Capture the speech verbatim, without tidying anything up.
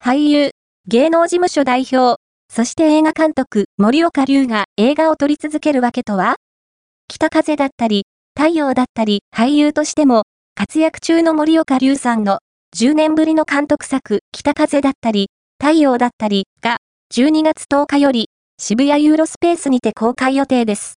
俳優、芸能事務所代表、そして映画監督、森岡隆が映画を撮り続けるわけとは？北風だったり、太陽だったり、俳優としても、活躍中の森岡隆さんのじゅうねんぶりの監督作、北風だったり、太陽だったりが、じゅうにがつとおかより、渋谷ユーロスペースにて公開予定です。